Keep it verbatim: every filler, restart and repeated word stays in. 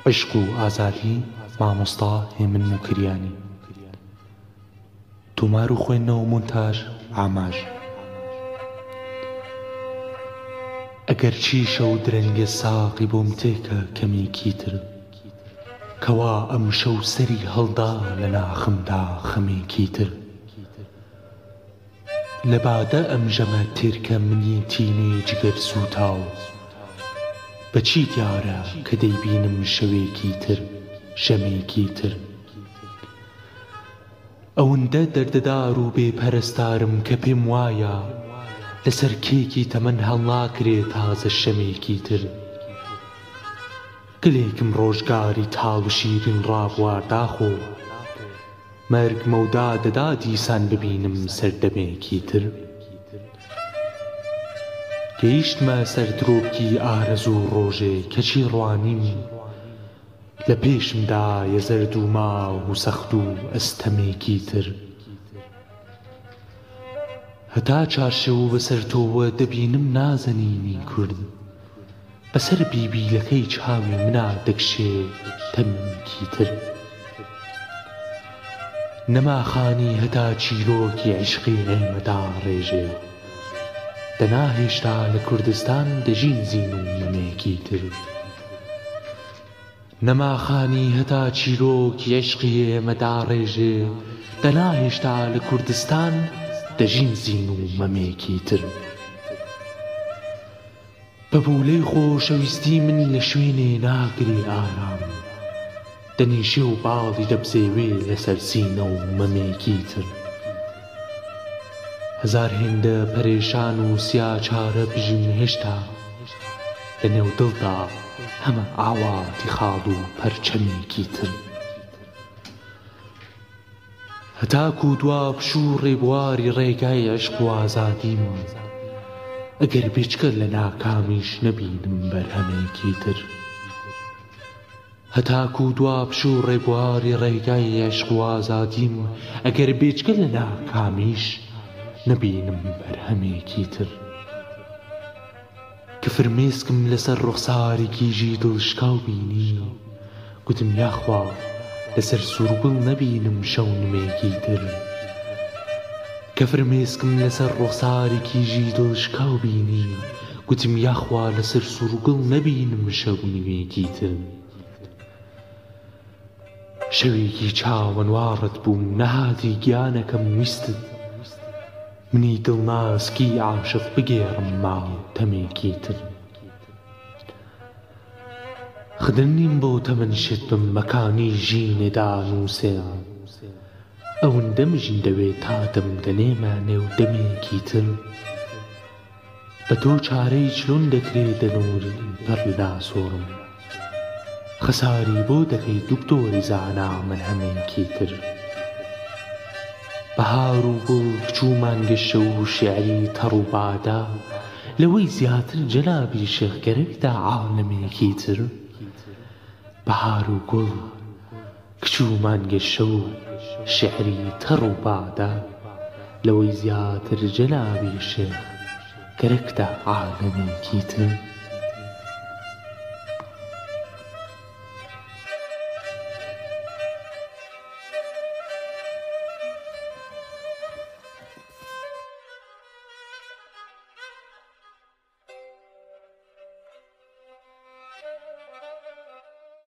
عشق و ئازادی مامۆستا هێمن موکریانی تۆمار و خوێندنەوە مونتاژ ئاماژ ئەگەر چی شەو درەنگە ساقی بۆم تێکە کەمێکی تر کەوا ئەم شەو سەری هەڵدا لە ناخمدا خەمێکی تر لە بادە ئەم ژەمە تێرکە منی تینێ جگەر سوتاو بەچی دیارە کە دەیبینم شەوێکی تر شەمێکی تر ئەوەندە دەردەدار و بێپەرستارم کە پێم وایە لەسەر کێکی تەمەن هەڵناکرێ تازە شەمێکی تر گلێکم ڕۆژگاری تاڵ و شیرین ڕابوارداخۆ مەرگ مەودا دەدا دیسان ببینم سەردەمێکی تر گەیشتمە سەر درۆبکی ئارەزوو ڕۆژێ کەچی ڕوانیم لە پێشمدایە زەرد و ماو و سەخت و ئەستەمێکی تر هەتا چارشەو بەسەر تۆوە دەبینم نازەنینی کورد بەسەر بیبیلەکەی چاوی منا دەکشێ تەمێکی تر نەماخانی هەتا چیرۆکی عیشقی ئێمەدا ڕێژێ دەنا هێشتا لە کوردستان دەژین زین و نەمێکی تر نەماخانی هەتا چیرۆکی عیشقی ئێمەدا ڕێژێ دەنا هێشتا لە کوردستان دەژین زین و مەمێکی تر بەبوولەی خۆشەویستی من لە شوێنێ ناگرێ ئارام دەنیشێ و باڵی دەبزێوێ لەسەر سینە و مەمێکی تر هەزار هێندە پەرێشان و سیا چارە بژین هێشتا لە نێو دڵدا هەمە ئاواتی خاڵ و پەرچەمێکی تر هەتاکو دوا پشوو ڕێبواری ڕێگای عشق و ئازادیم ئەگەر بێچکە لە ناکامیش نەبینم بەرهەمێکی تر هەتاکو دوا پشوو ڕێبواری ڕێگای عشق و ئازادیم ئەگەر بێچکە لە ناکامیش نەبینم بەرهەمێکی تر کە فرمێسکم لەسەر ڕوخسارێکی ژی دڵشکاو بینی گوتم یاخوا لەسەر سوورگوڵ نەبینم شەو نمێکی تر کە فرمێسکم لەسەر ڕوخسارێکی ژی دڵشکاو بینی گوتم یاخوا لەسەر سوورگوڵ نەبینم شەو نمێکی تر شەوێکی چاوەنوارت بووم نەهاتی گیانەکەم ویستت منی دڵناسکی عاشق بگێڕم ماو تەمێکی تر خدنیم بۆ تەمەنشت بم مەکانی ژینێدا نووسێن ئەوەندە مژین دەوێت تا دەم دەنێمە نێو دەمێکی تر بە تۆ چارەی چلۆن دەکرێت دەنووری پەر ناسۆڕم خەساری بۆ دەکەی دوکتۆری زانا من هەمێکی تر بەهار و گوڵ کچوو مانگەشە و شێعری تەڕ و بادا لەوەی زیاتر جەنابی شێخ گەرەکدا عالەمێکی تر بەهار و گوڵ کچوو مانگەشە و شێعری تەڕ و بادا لەوەی زیاتر جەنابی شێخ گەرەکدا عالەمێکی تر